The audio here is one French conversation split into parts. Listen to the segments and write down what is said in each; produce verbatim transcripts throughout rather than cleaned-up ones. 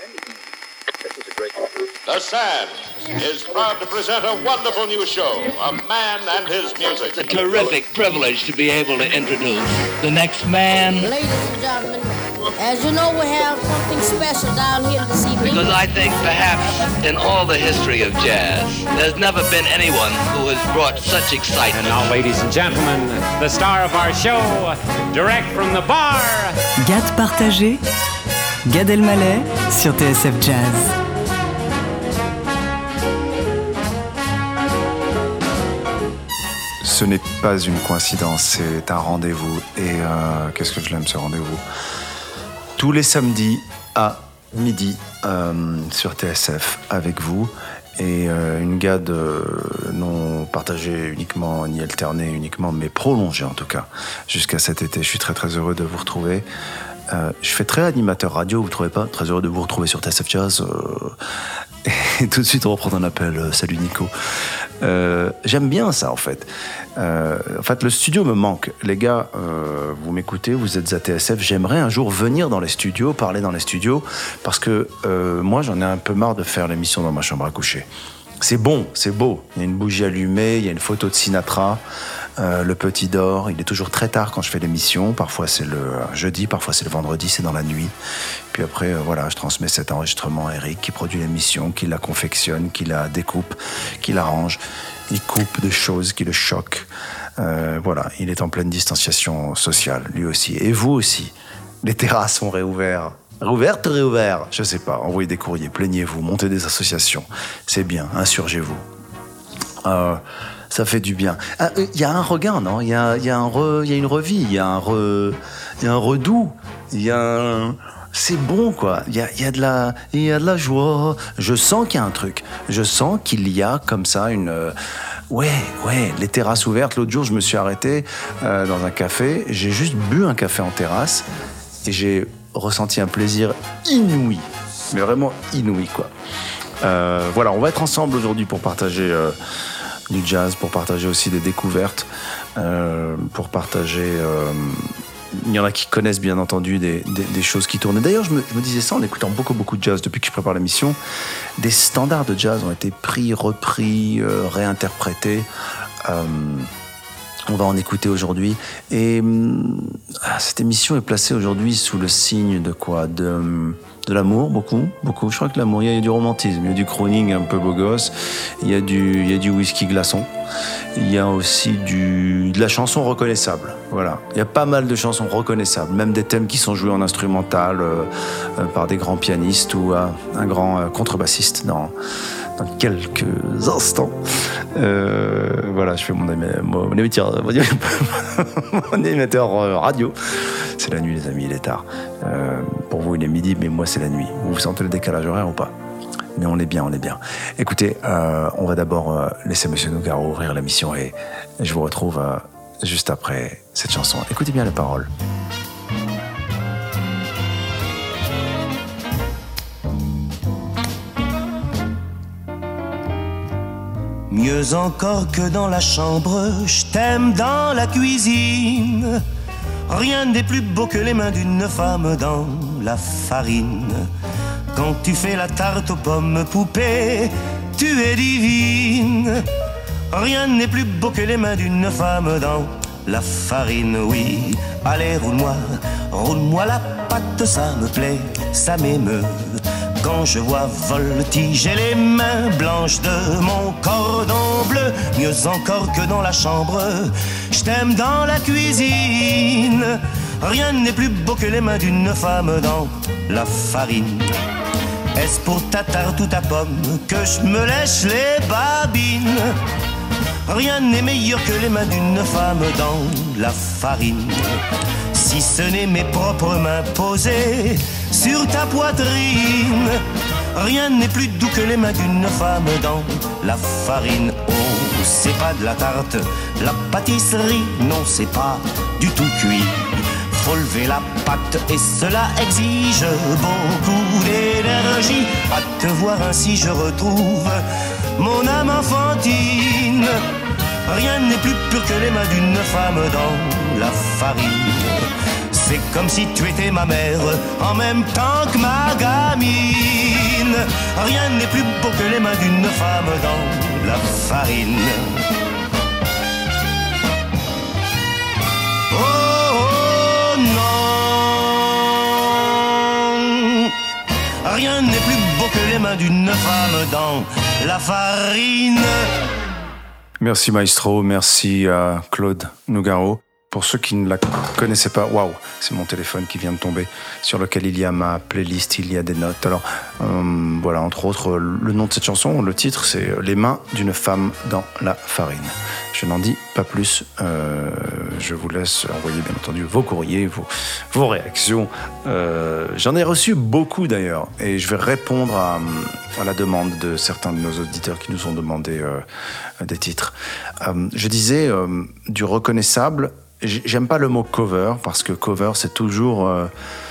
The Sands is proud to present a wonderful new show, A Man and His Music. It's a terrific privilege to be able to introduce the next man. Ladies and gentlemen, as you know, we have something special down here this evening. Because I think perhaps in all the history of jazz, there's never been anyone who has brought such excitement. And now, ladies and gentlemen, the star of our show, direct from the bar. Gad partagé, Gad Elmaleh sur T S F Jazz. Ce n'est pas une coïncidence, c'est un rendez-vous. Et euh, qu'est-ce que je l'aime ce rendez-vous. Tous les samedis à midi euh, sur T S F avec vous. Et euh, une Gad euh, non partagée uniquement, ni alternée uniquement, mais prolongée en tout cas, jusqu'à cet été. Je suis très très heureux de vous retrouver. Euh, je fais très animateur radio, vous ne trouvez pas ? Très heureux de vous retrouver sur T S F Jazz. Euh, et tout de suite, on reprend un appel. Euh, salut Nico. Euh, j'aime bien ça en fait. Euh, en fait, le studio me manque. Les gars, euh, vous m'écoutez, vous êtes à T S F. J'aimerais un jour venir dans les studios, parler dans les studios, parce que euh, moi, j'en ai un peu marre de faire l'émission dans ma chambre à coucher. C'est bon, c'est beau. Il y a une bougie allumée, il y a une photo de Sinatra. Euh, le petit dort, il est toujours très tard quand je fais l'émission, parfois c'est le jeudi, parfois c'est le vendredi, c'est dans la nuit. Puis après, euh, voilà, je transmets cet enregistrement à Eric qui produit l'émission, qui la confectionne, qui la découpe, qui l'arrange, il coupe des choses qui le choquent. Euh, voilà, il est en pleine distanciation sociale, lui aussi. Et vous aussi, les terrasses sont réouvertes. Réouvertes ou réouvertes ? Je sais pas, envoyez des courriers, plaignez-vous, montez des associations. C'est bien, insurgez-vous. Euh... Ça fait du bien. Il ah, y a un regain, non ? Il y a, y, a re, y a une revie, il y a un re, y a un redout, il y a un... C'est bon, quoi. Il y a, y a de la, il y a de la joie. Je sens qu'il y a un truc. Je sens qu'il y a comme ça une... Ouais, ouais, les terrasses ouvertes. L'autre jour, je me suis arrêté euh, dans un café. J'ai juste bu un café en terrasse et j'ai ressenti un plaisir inouï. Mais vraiment inouï, quoi. Euh, voilà, on va être ensemble aujourd'hui pour partager... Euh, du jazz, pour partager aussi des découvertes, euh, pour partager... Euh, il y en a qui connaissent bien entendu des, des, des choses qui tournent. Et d'ailleurs, je me, je me disais ça en écoutant beaucoup, beaucoup de jazz depuis que je prépare l'émission. Des standards de jazz ont été pris, repris, euh, réinterprétés. Euh, on va en écouter aujourd'hui. Et euh, cette émission est placée aujourd'hui sous le signe de quoi ? De... De l'amour, beaucoup, beaucoup. Je crois que l'amour, il y a du romantisme, il y a du crooning un peu beau gosse, il y a du, il y a du whisky glaçon, il y a aussi du, de la chanson reconnaissable. Voilà. Il y a pas mal de chansons reconnaissables, même des thèmes qui sont joués en instrumental euh, euh, par des grands pianistes ou euh, un grand euh, contrebassiste dans, dans quelques instants. Euh, voilà, je fais mon, mon, mon émetteur, mon émetteur radio. C'est la nuit, les amis, il est tard. Euh, pour vous, il est midi, mais moi, c'est la nuit. Vous vous sentez le décalage horaire ou pas ? Mais on est bien, on est bien. Écoutez, euh, on va d'abord euh, laisser Monsieur Nougaro ouvrir l'émission et je vous retrouve euh, juste après cette chanson. Écoutez bien les paroles. Mieux encore que dans la chambre, je t'aime dans la cuisine. Rien n'est plus beau que les mains d'une femme dans la farine. Quand tu fais la tarte aux pommes poupée, tu es divine. Rien n'est plus beau que les mains d'une femme dans la farine, oui. Allez, roule-moi, roule-moi la pâte, ça me plaît, ça m'émeut. Quand je vois voltiger les mains blanches de mon cordon bleu, mieux encore que dans la chambre, je t'aime dans la cuisine. Rien n'est plus beau que les mains d'une femme dans la farine. Est-ce pour ta tarte ou ta pomme que je me lèche les babines? Rien n'est meilleur que les mains d'une femme dans la farine. Si ce n'est mes propres mains posées sur ta poitrine, rien n'est plus doux que les mains d'une femme dans la farine. Oh, c'est pas de la tarte, la pâtisserie, non, c'est pas du tout cuit. Faut lever la pâte et cela exige beaucoup d'énergie. À te voir ainsi je retrouve mon âme enfantine. Rien n'est plus pur que les mains d'une femme dans la farine. C'est comme si tu étais ma mère en même temps que ma gamine. Rien n'est plus beau que les mains d'une femme dans la farine. Oh, oh non, rien n'est plus beau que les mains d'une femme dans la farine. Merci Maestro, merci à Claude Nougaro. Pour ceux qui ne la connaissaient pas, waouh, c'est mon téléphone qui vient de tomber, sur lequel il y a ma playlist, il y a des notes. Alors, euh, voilà, entre autres, le nom de cette chanson, le titre, c'est « Les mains d'une femme dans la farine ». Je n'en dis pas plus. Euh, je vous laisse envoyer, bien entendu, vos courriers, vos, vos réactions. Euh, j'en ai reçu beaucoup, d'ailleurs, et je vais répondre à, à la demande de certains de nos auditeurs qui nous ont demandé euh, des titres. Euh, je disais, euh, du reconnaissable. J'aime pas le mot cover, parce que cover, c'est toujours euh,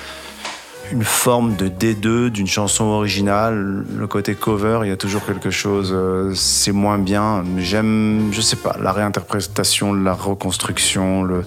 une forme de D deux d'une chanson originale. Le côté cover, il y a toujours quelque chose, euh, c'est moins bien. J'aime, je sais pas, la réinterprétation, la reconstruction, le,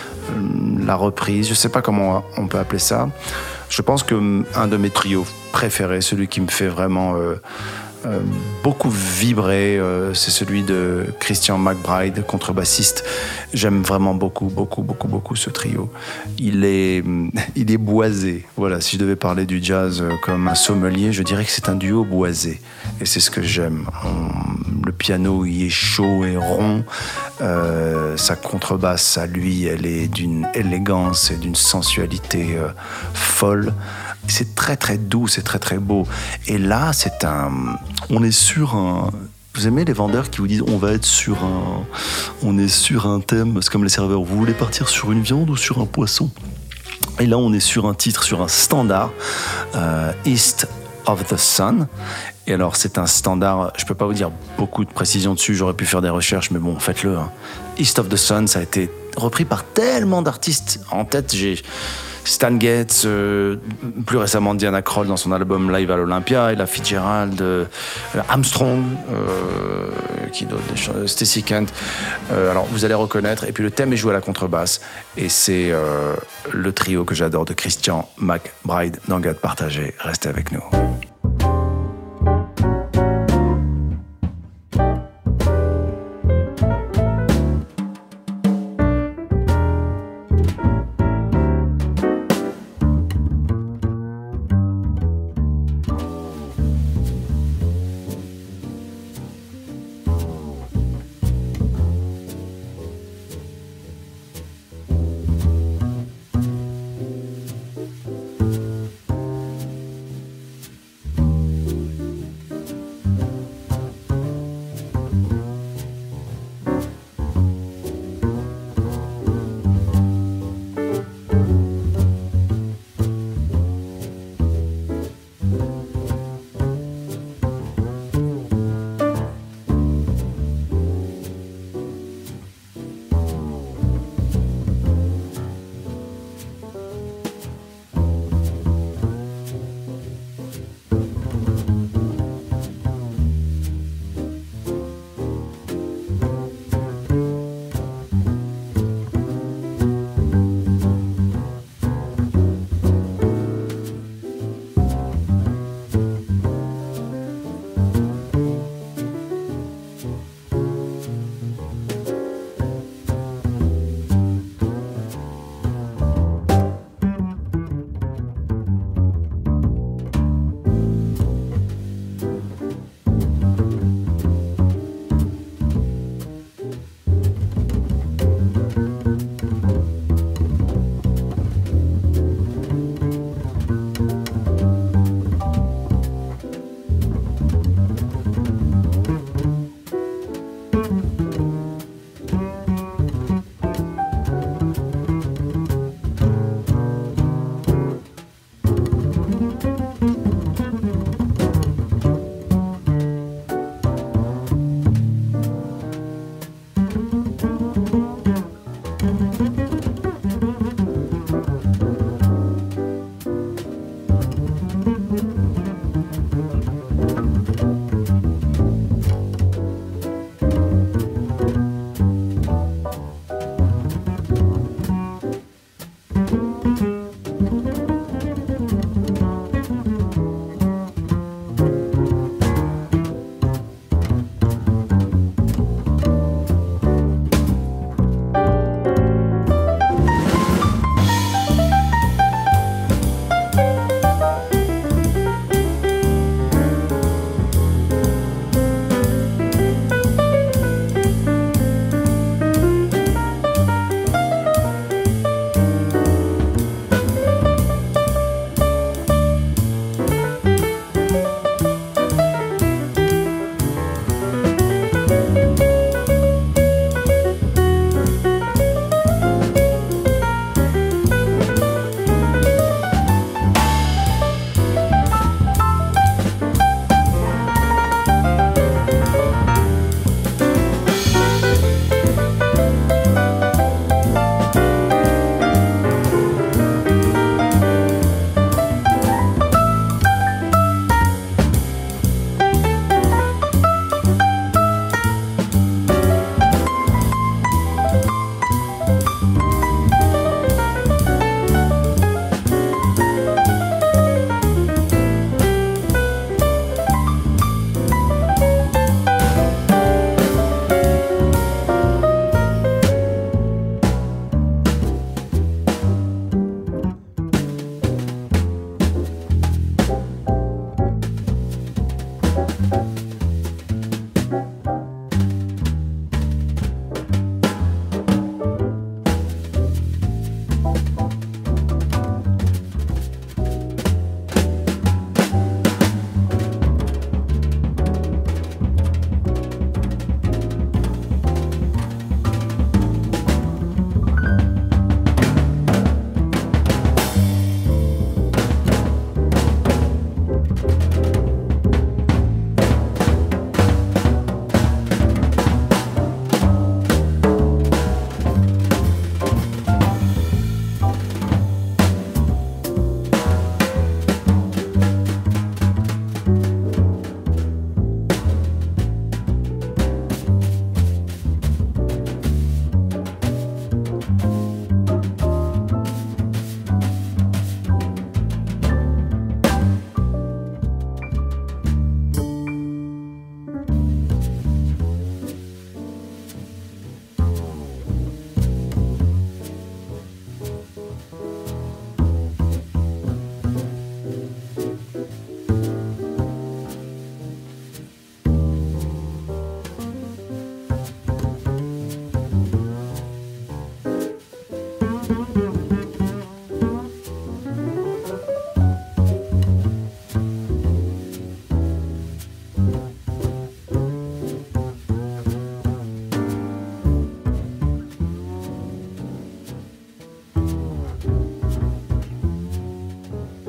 la reprise, je sais pas comment on peut appeler ça. Je pense qu'un de mes trios préférés, celui qui me fait vraiment... Euh, Euh, beaucoup vibré, euh, c'est celui de Christian McBride, contrebassiste. J'aime vraiment beaucoup, beaucoup, beaucoup, beaucoup ce trio. Il est, il est boisé. Voilà, si je devais parler du jazz euh, comme un sommelier, je dirais que c'est un duo boisé. Et c'est ce que j'aime. On, le piano, il est chaud et rond. Euh, sa contrebasse, à lui, elle est d'une élégance et d'une sensualité euh, folle. C'est très très doux, c'est très très beau. Et là, c'est un... On est sur un... Vous aimez les vendeurs qui vous disent on va être sur un... On est sur un thème, c'est comme les serveurs. Vous voulez partir sur une viande ou sur un poisson? Et là, on est sur un titre, sur un standard, euh, East of the Sun. Et alors, c'est un standard, je peux pas vous dire beaucoup de précision dessus, j'aurais pu faire des recherches, mais bon, faites-le. Hein. East of the Sun, ça a été repris par tellement d'artistes. En tête, j'ai... Stan Getz, euh, plus récemment Diana Krall dans son album Live à l'Olympia, Ella Fitzgerald, euh, Armstrong, euh, qui d'autre, Stacey Kent. Euh, alors vous allez reconnaître. Et puis le thème est joué à la contrebasse. Et c'est euh, le trio que j'adore de Christian McBride dans Gade Partagé. Restez avec nous.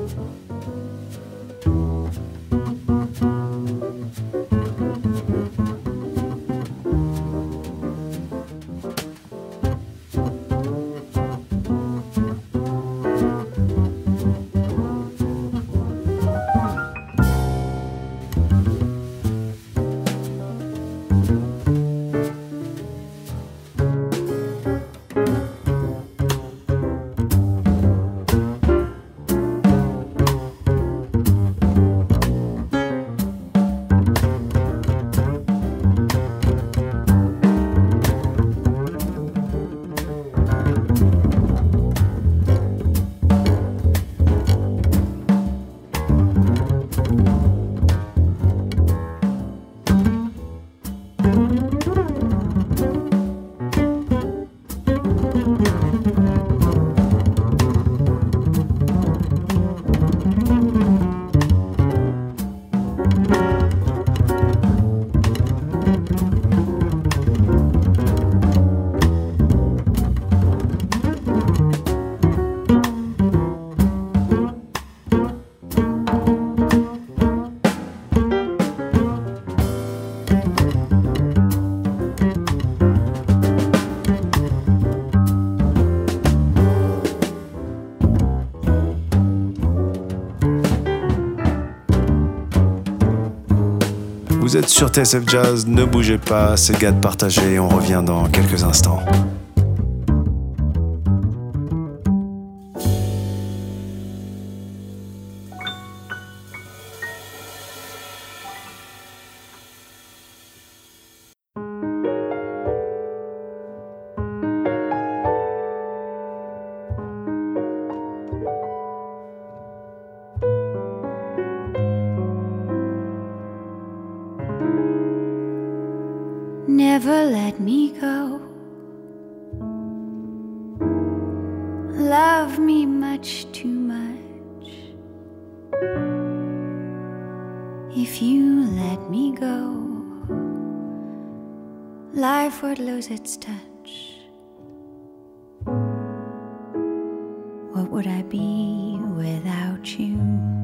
Vous êtes sur T S F Jazz, ne bougez pas, c'est Gad partagé, on revient dans quelques instants. Never let me go. Love me much too much. If you let me go, life would lose its touch. What would I be without you?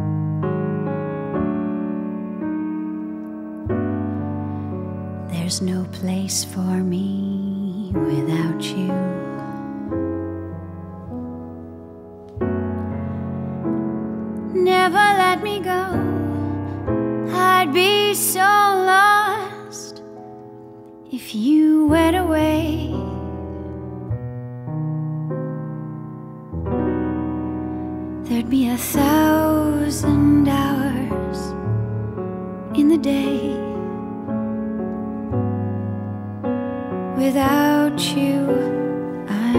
There's no place for me without you. Never let me go. I'd be so lost if you went away. There'd be a thousand hours in the day without you, I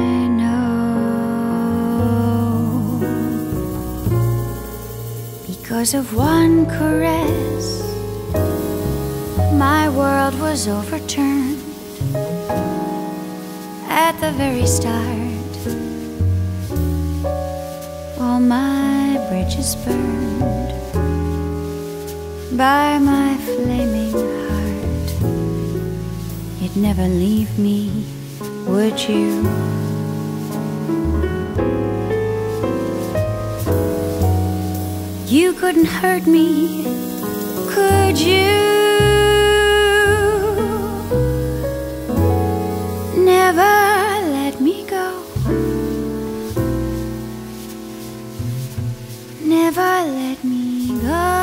know. Because of one caress, my world was overturned. At the very start, all my bridges burned by my flaming heart. You'd never leave me, would you? You couldn't hurt me, could you? Never let me go. Never let me go.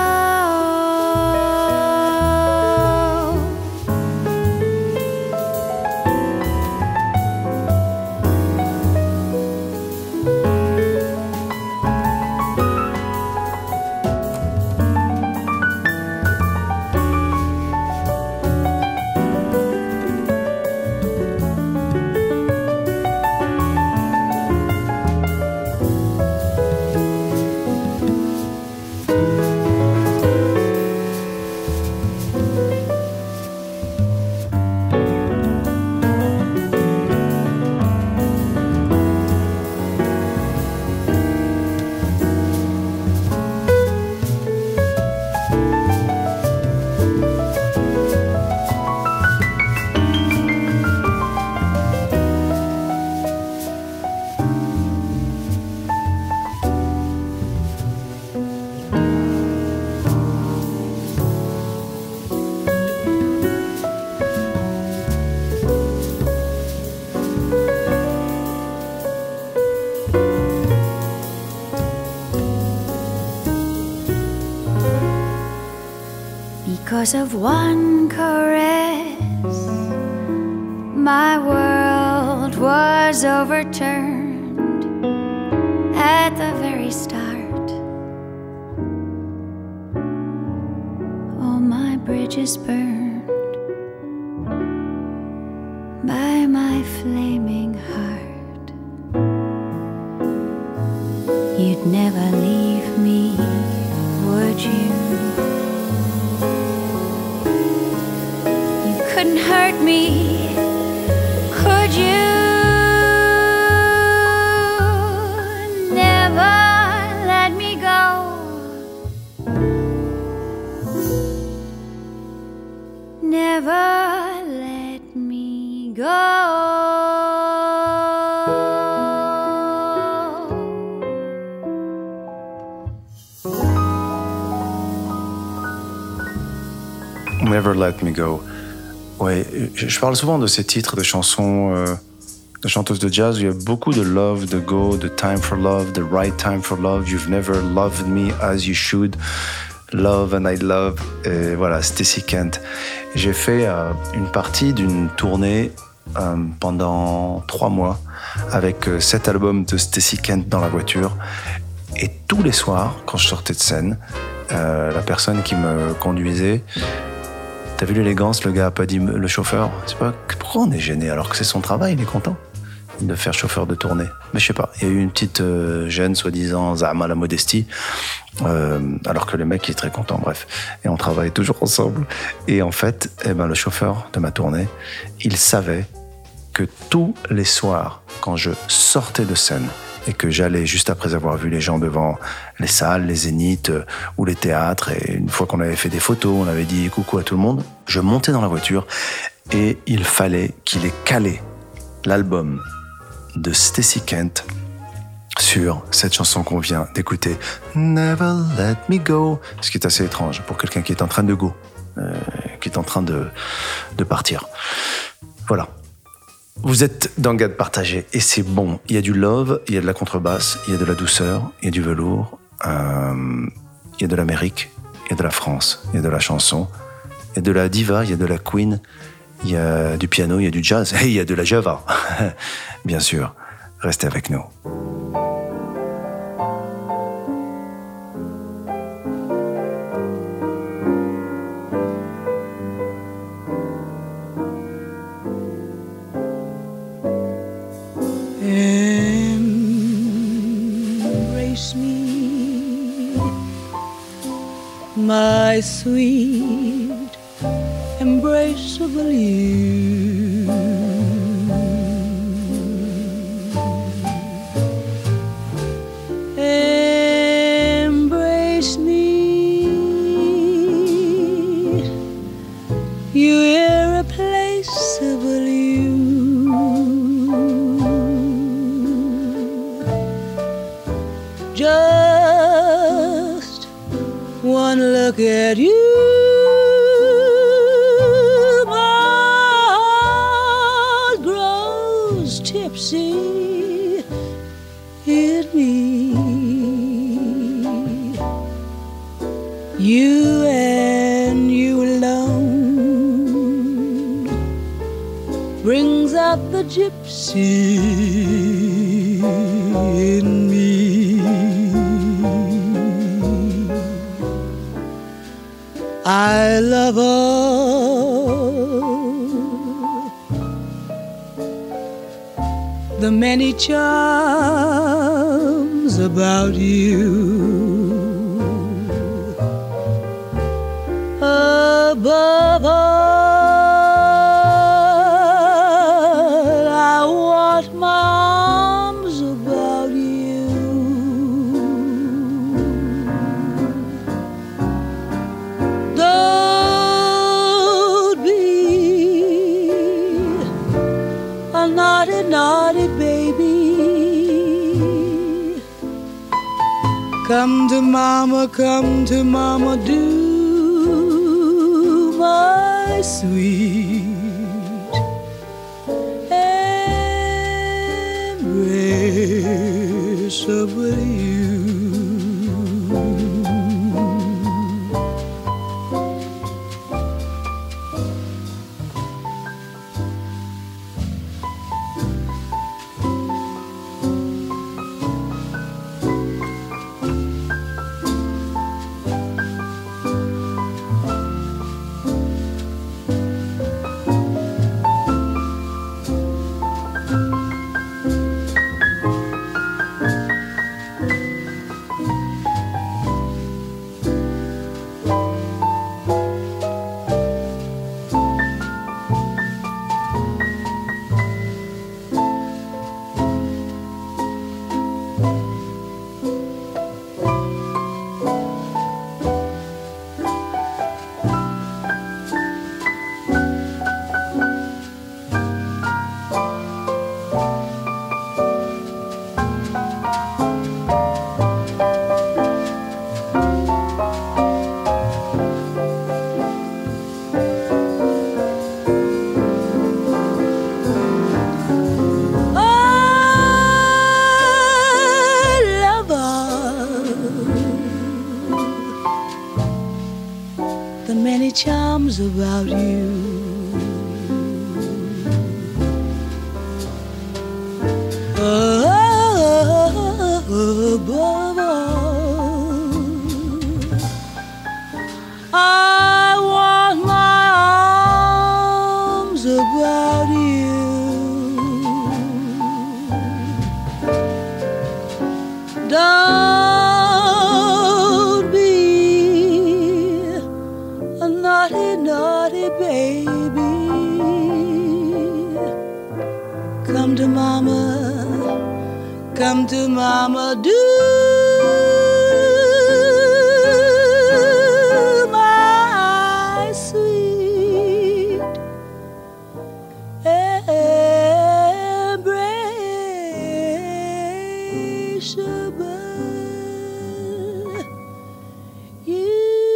Because of one caress, my world was overturned at the very start. All my bridges burned by my flaming heart. You'd never leave me, would you? You couldn't hurt me, could you? Never let me go. Never let me go. Never Let Me Go. Ouais, je parle souvent de ces titres de chansons euh, de chanteuses de jazz où il y a beaucoup de love, de go, de time for love, the right time for love, you've never loved me as you should, love and I love, et voilà, Stacey Kent. J'ai fait euh, une partie d'une tournée euh, pendant trois mois avec euh, cet album de Stacey Kent dans la voiture, et tous les soirs, quand je sortais de scène, euh, la personne qui me conduisait, t'as vu l'élégance, le gars a pas dit, le chauffeur, c'est pas, pourquoi on est gêné alors que c'est son travail, il est content de faire chauffeur de tournée. Mais je sais pas, il y a eu une petite euh, gêne, soi-disant, zama la modestie, euh, alors que le mec il est très content, bref. Et on travaille toujours ensemble. Et en fait, eh ben, le chauffeur de ma tournée, il savait que tous les soirs, quand je sortais de scène, et que j'allais juste après avoir vu les gens devant les salles, les zéniths euh, ou les théâtres, et une fois qu'on avait fait des photos, on avait dit coucou à tout le monde, je montais dans la voiture et il fallait qu'il ait calé l'album de Stacey Kent sur cette chanson qu'on vient d'écouter, Never Let Me Go, ce qui est assez étrange pour quelqu'un qui est en train de go, euh, qui est en train de, de partir. Voilà. Vous êtes dans Gad Partagé et c'est bon. Il y a du love, il y a de la contrebasse, il y a de la douceur, il y a du velours, euh, il y a de l'Amérique, il y a de la France, il y a de la chanson, il y a de la diva, il y a de la queen, il y a du piano, il y a du jazz et il y a de la java. Bien sûr, restez avec nous. Embrace me, my sweet, embraceable you. Embrace me, you irreplaceable you. Just one look at you, my heart grows tipsy in me. You and you alone brings out the gypsy in me. I love all the many charms about you. Above all, I want my arms about you. Don't be a naughty, naughty baby. Come to mama, come to mama, do, my sweet, embrace of you. many charms about you. Above all, I want my arms about you. Don't be a naughty, naughty baby. Come to mama, come to mama, do my sweet embraceable you.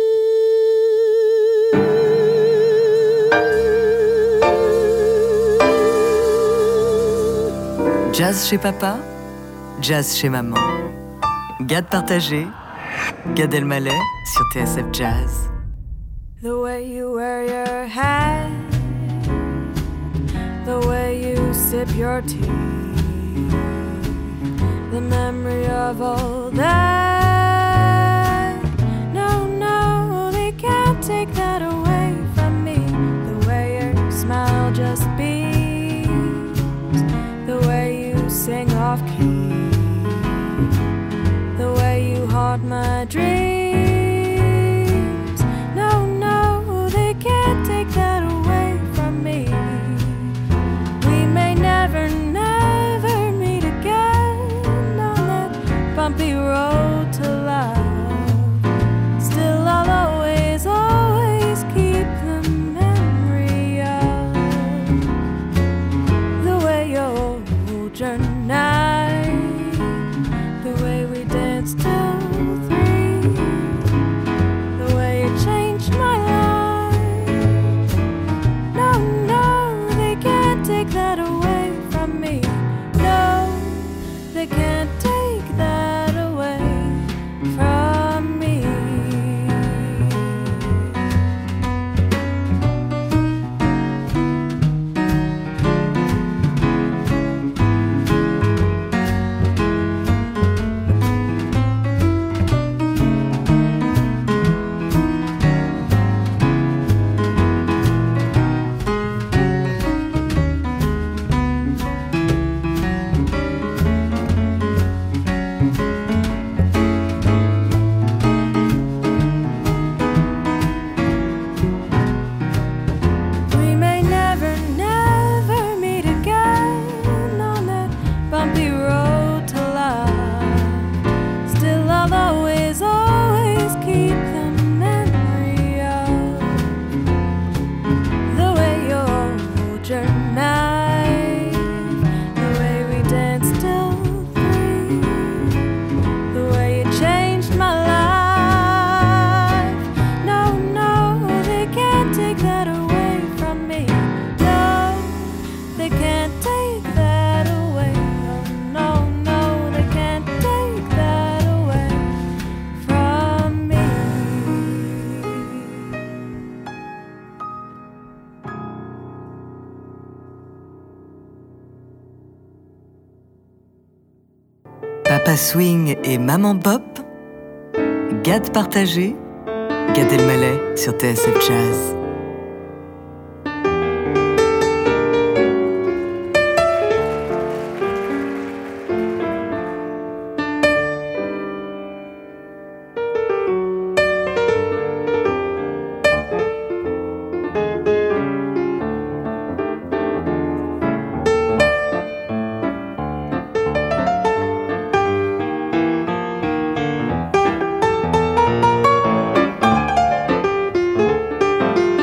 Jazz chez papa, jazz chez maman. Gad partagé, Gad Elmaleh sur T S F Jazz. The way you wear your hat, the way you sip your tea, the memory of all that. No, no, they can't take that away from me. The way your smile just beams, the way you sing off key, the way you haunt my dreams. No, no, they can't take that away from me. We may never, never meet again on that bumpy road to love. Still I'll always, always keep the memory of the way you hold your knife, the way we danced till three, the way you changed my life. No, no, they can't take that away from me. No, they can't take that away from me. We may never, never meet again on that bumpy road to love. Still I'll always, always keep the memory of the way you hold your knife, the way we danced till three, the way you changed my life. No, no, they can't take that away from me. No, they can't take that away. No, no, they can't take that away from me. Papa Swing et Maman Bop, Gad partagé, Gad Elmaleh sur T S F Jazz. No,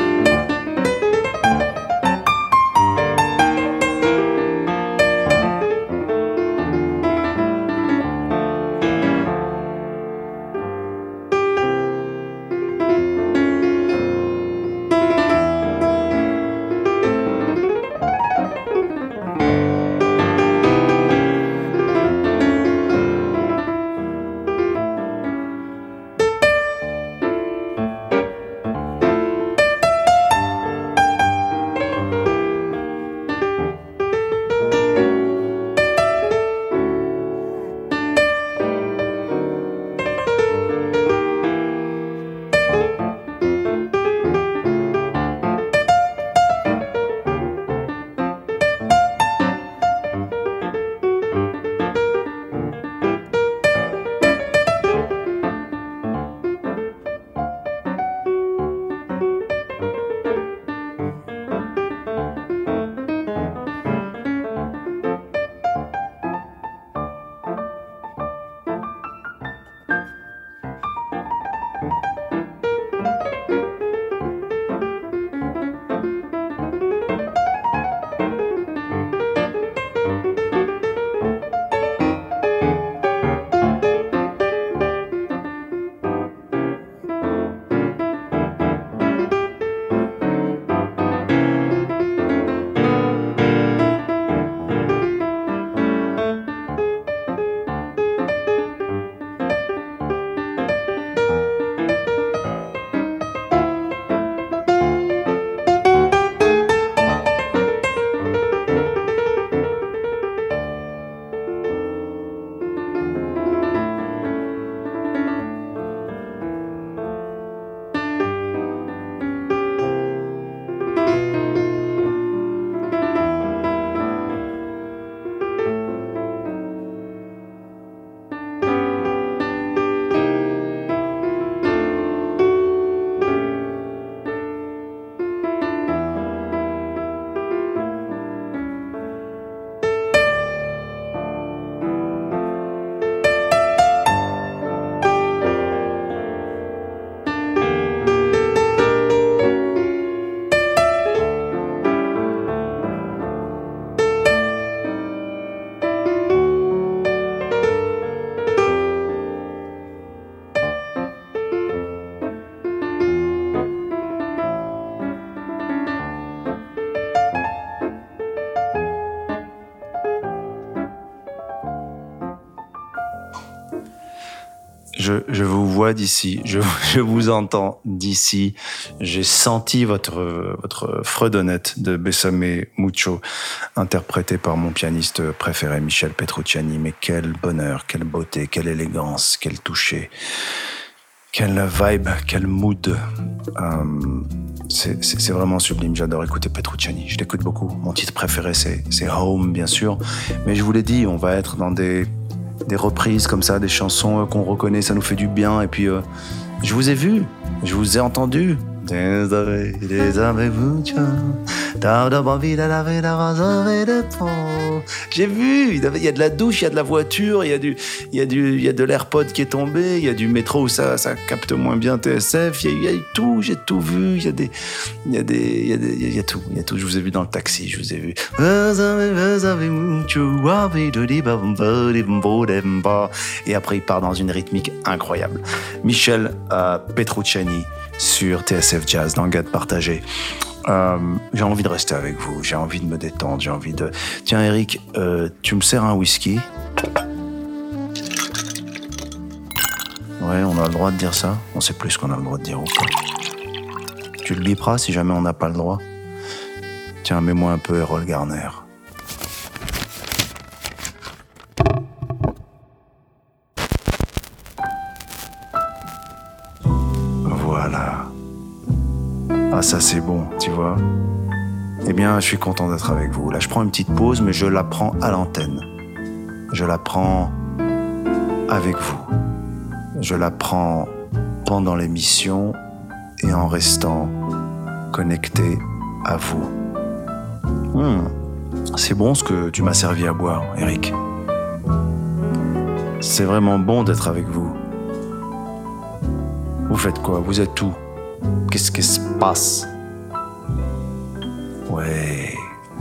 je, je vous vois d'ici, je, je vous entends d'ici. J'ai senti votre, votre fredonnette de Bésame Mucho, interprétée par mon pianiste préféré, Michel Petrucciani. Mais quel bonheur, quelle beauté, quelle élégance, quel toucher, quelle vibe, quel mood. Euh, c'est, c'est, c'est vraiment sublime, j'adore écouter Petrucciani, je l'écoute beaucoup. Mon titre préféré, c'est, c'est Home, bien sûr. Mais je vous l'ai dit, on va être dans des... des reprises comme ça, des chansons qu'on reconnaît, ça nous fait du bien. Et puis, euh, je vous ai vu, je vous ai entendu. J'ai vu, il y a de la douche, il y a de la voiture, il y a du, il y a du, il y a de l'AirPod qui est tombé, il y a du métro où ça, ça capte moins bien T S F, il y a, il y a tout, j'ai tout vu, il y a des, il y a des, il y a des, il y a tout, il y a tout. Je vous ai vu dans le taxi, je vous ai vu. Et après, il part dans une rythmique incroyable. Michel euh, Petrucciani sur T S F Jazz, dans Gade Partagé. Euh, j'ai envie de rester avec vous, j'ai envie de me détendre, j'ai envie de... Tiens Eric, euh, tu me sers un whisky? Ouais, on a le droit de dire ça? On sait plus ce qu'on a le droit de dire ou pas. Tu le biperas si jamais on n'a pas le droit? Tiens, mets-moi un peu Errol Garner. Voilà. Ah, ça c'est bon, tu vois. Eh bien, je suis content d'être avec vous. Là, je prends une petite pause, mais je la prends à l'antenne. Je la prends avec vous. Je la prends pendant l'émission et en restant connecté à vous. Mmh. C'est bon ce que tu m'as servi à boire, Eric. C'est vraiment bon d'être avec vous. Vous faites quoi? Vous êtes où? Qu'est-ce qui se passe? Ouais.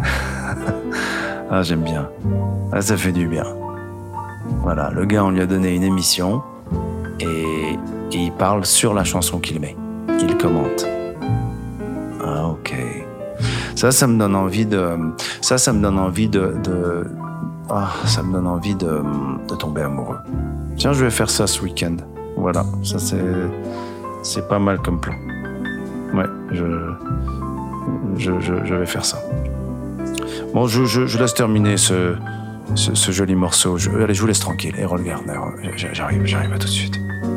Ah, j'aime bien. Ah, ça fait du bien. Voilà, le gars, on lui a donné une émission et, et il parle sur la chanson qu'il met. Il commente. Ah, ok. Ça, ça me donne envie de... Ça, ça me donne envie de... de ah, ça me donne envie de, de tomber amoureux. Tiens, je vais faire ça ce week-end. Voilà, ça c'est... C'est pas mal comme plan. Ouais, je... Je, je, je vais faire ça. Bon, je, je, je laisse terminer ce, ce, ce joli morceau. Je, allez, je vous laisse tranquille. Errol Garner, j'arrive, j'arrive à tout de suite.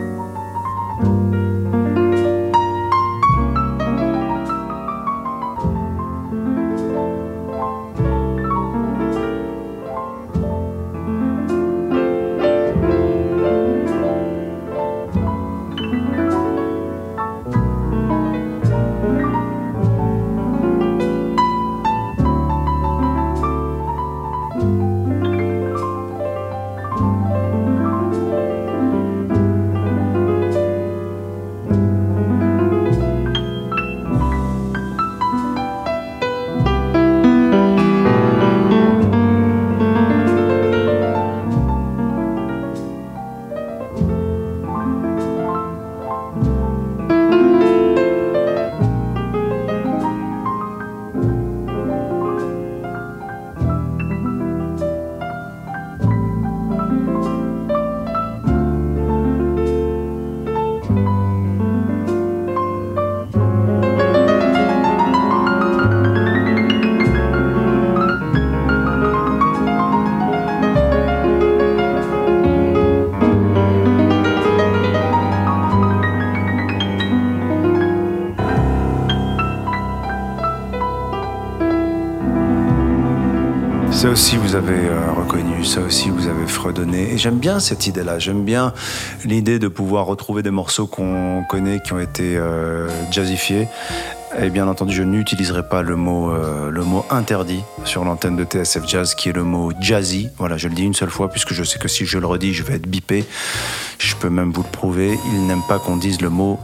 Ça aussi, vous avez euh, reconnu, ça aussi, vous avez fredonné. Et j'aime bien cette idée-là. J'aime bien l'idée de pouvoir retrouver des morceaux qu'on connaît, qui ont été euh, jazzifiés. Et bien entendu, je n'utiliserai pas le mot, euh, le mot interdit sur l'antenne de T S F Jazz, qui est le mot jazzy. Voilà, je le dis une seule fois, puisque je sais que si je le redis, je vais être bipé. Je peux même vous le prouver. Ils n'aiment pas qu'on dise le mot...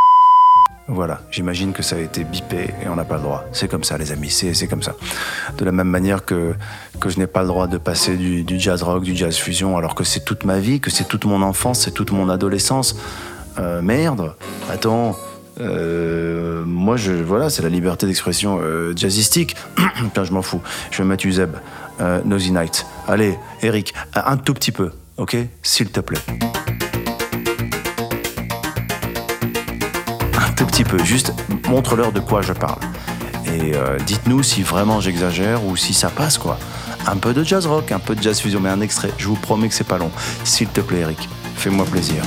Voilà, j'imagine que ça a été bipé et on n'a pas le droit. C'est comme ça, les amis, c'est, c'est comme ça. De la même manière que, que je n'ai pas le droit de passer du, du jazz rock, du jazz fusion, alors que c'est toute ma vie, que c'est toute mon enfance, c'est toute mon adolescence. Euh, merde, attends, euh, moi, je, voilà, c'est la liberté d'expression euh, jazzistique. Putain, je m'en fous. Je vais mettre Uzeb, euh, Nosy Night. Allez, Eric, un tout petit peu, ok? S'il te plaît. tout petit peu. Juste montre-leur de quoi je parle. Et euh, dites-nous si vraiment j'exagère ou si ça passe, quoi. Un peu de jazz rock, un peu de jazz fusion, mais un extrait. Je vous promets que c'est pas long. S'il te plaît, Eric, fais-moi plaisir.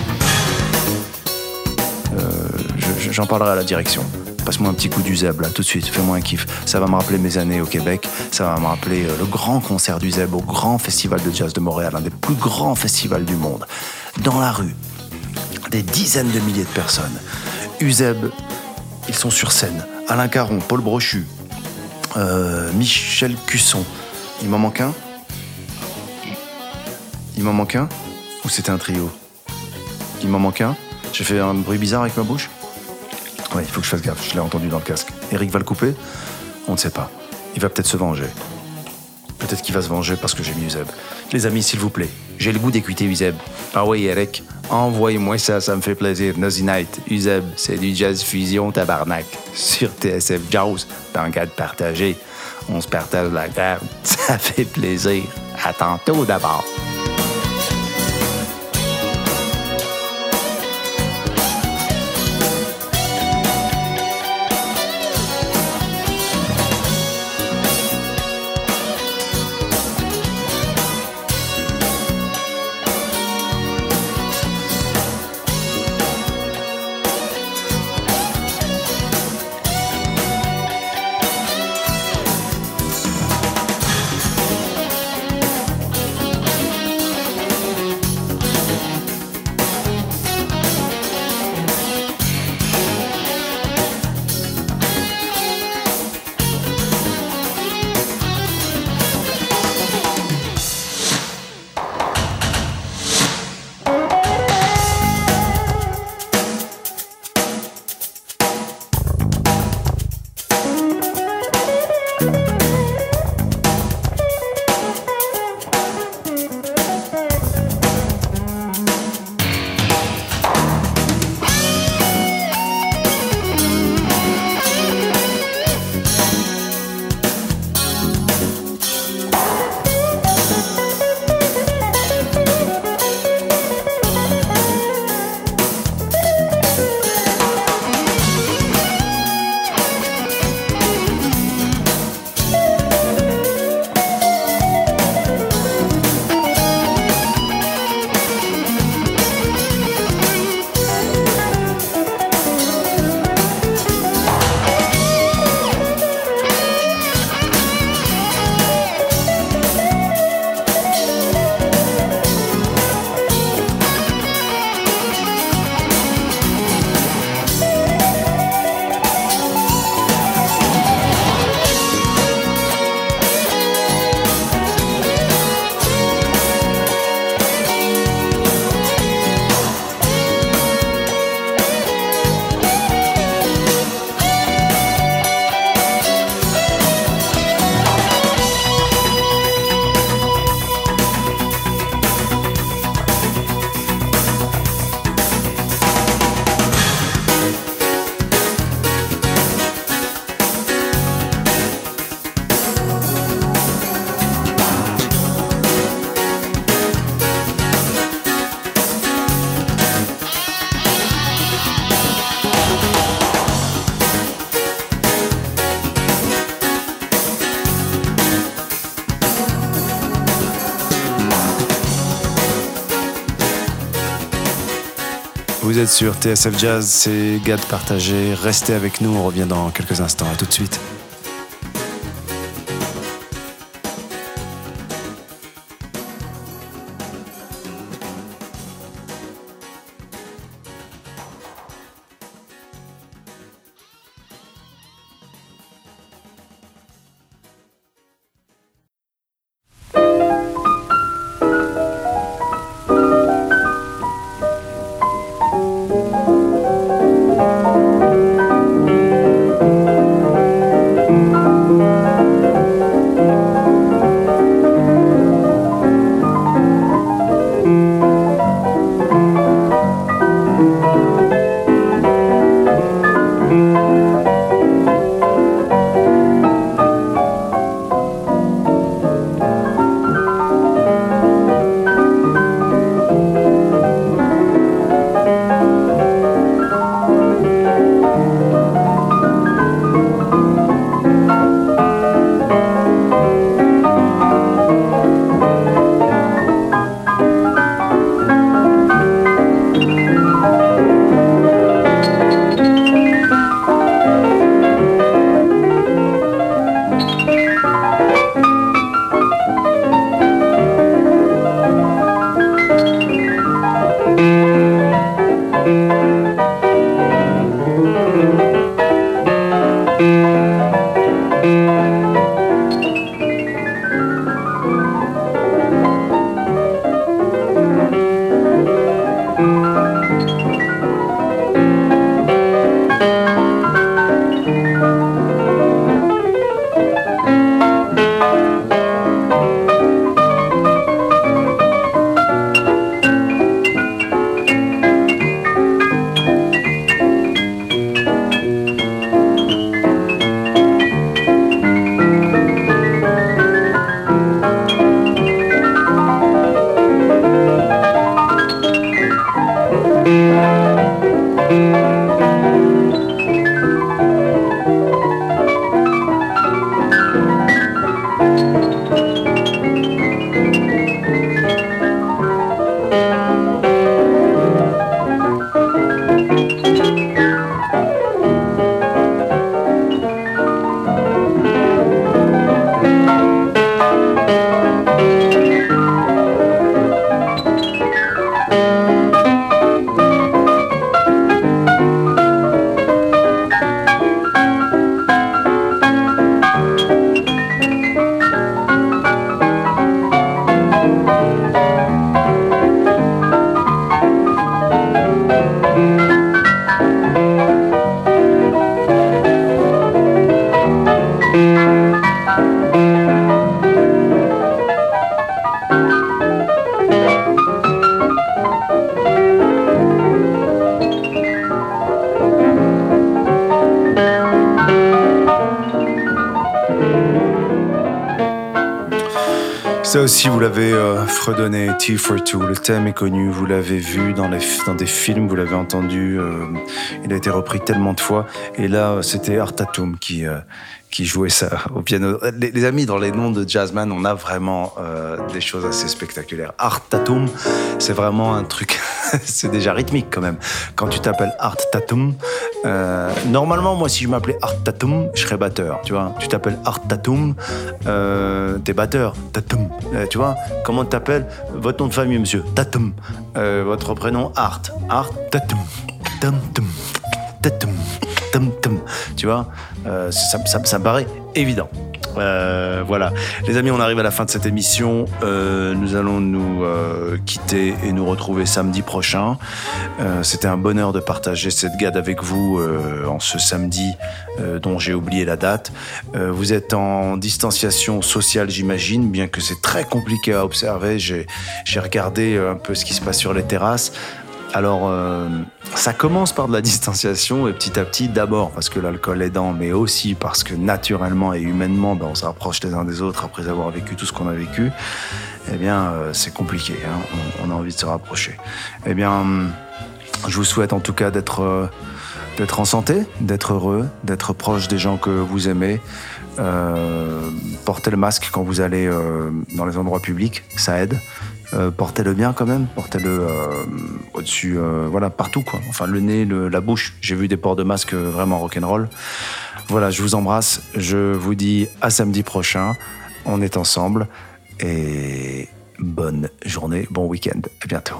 Euh, je, j'en parlerai à la direction. Passe-moi un petit coup du Zeb, là, tout de suite. Fais-moi un kiff. Ça va me rappeler mes années au Québec. Ça va me rappeler euh, le grand concert du Zeb au Grand Festival de Jazz de Montréal, un des plus grands festivals du monde. Dans la rue, des dizaines de milliers de personnes. Uzeb, ils sont sur scène. Alain Caron, Paul Brochu, euh, Michel Cusson. Il m'en manque un ? Il m'en manque un ? Ou c'était un trio ? Il m'en manque un ? J'ai fait un bruit bizarre avec ma bouche ? Ouais, il faut que je fasse gaffe, je l'ai entendu dans le casque. Eric va le couper ? On ne sait pas. Il va peut-être se venger. Peut-être qu'il va se venger parce que j'ai mis Uzeb. Les amis, s'il vous plaît, j'ai le goût d'écouter Uzeb. Ah oui, Eric, envoyez-moi ça, ça me fait plaisir. Nosy Night, Uzeb, c'est du jazz fusion tabarnak. Sur T S F Jazz, dans Gad partagé. On se partage la garde, ça fait plaisir. À tantôt d'abord. Vous êtes sur T S F Jazz, c'est Gad partagé. Restez avec nous, on revient dans quelques instants. À tout de suite. Ça aussi, vous l'avez euh, fredonné, T for Two. Le thème est connu, vous l'avez vu dans, les, dans des films, vous l'avez entendu. Euh, il a été repris tellement de fois. Et là, c'était Art Tatum qui, euh, qui jouait ça au piano. Les, les amis, dans les noms de jazzman, on a vraiment euh, des choses assez spectaculaires. Art Tatum, c'est vraiment un truc... c'est déjà rythmique quand même. Quand tu t'appelles Art Tatum, euh, normalement, moi, si je m'appelais Art Tatum, je serais batteur. Tu vois, tu t'appelles Art Tatum, euh, t'es batteur. Tatum, euh, tu vois. Comment tu t'appelles? Votre nom de famille, monsieur? Tatum. Euh, votre prénom? Art. Art Tatum. Tatum. Tatum. Tatum. Tu vois, euh, ça, ça, ça me paraît évident. Euh, voilà, les amis, on arrive à la fin de cette émission. Euh, nous allons nous euh, quitter et nous retrouver samedi prochain. Euh, c'était un bonheur de partager cette gade avec vous euh, en ce samedi euh, dont j'ai oublié la date. Euh, vous êtes en distanciation sociale, j'imagine, bien que c'est très compliqué à observer. J'ai, j'ai regardé un peu ce qui se passe sur les terrasses. Alors, euh, ça commence par de la distanciation et petit à petit, d'abord parce que l'alcool aidant, mais aussi parce que naturellement et humainement, ben, on se rapproche les uns des autres après avoir vécu tout ce qu'on a vécu. Eh bien, euh, c'est compliqué, hein, on, on a envie de se rapprocher. Eh bien, je vous souhaite en tout cas d'être, euh, d'être en santé, d'être heureux, d'être proche des gens que vous aimez. Euh, portez le masque quand vous allez euh, dans les endroits publics, ça aide. Euh, portez-le bien quand même, portez-le euh, au-dessus, euh, voilà, partout quoi. Enfin, le nez, le, la bouche. J'ai vu des ports de masque vraiment rock'n'roll. Voilà, je vous embrasse. Je vous dis à samedi prochain. On est ensemble et bonne journée, bon week-end. À bientôt.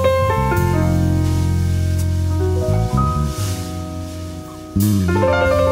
Mm-hmm.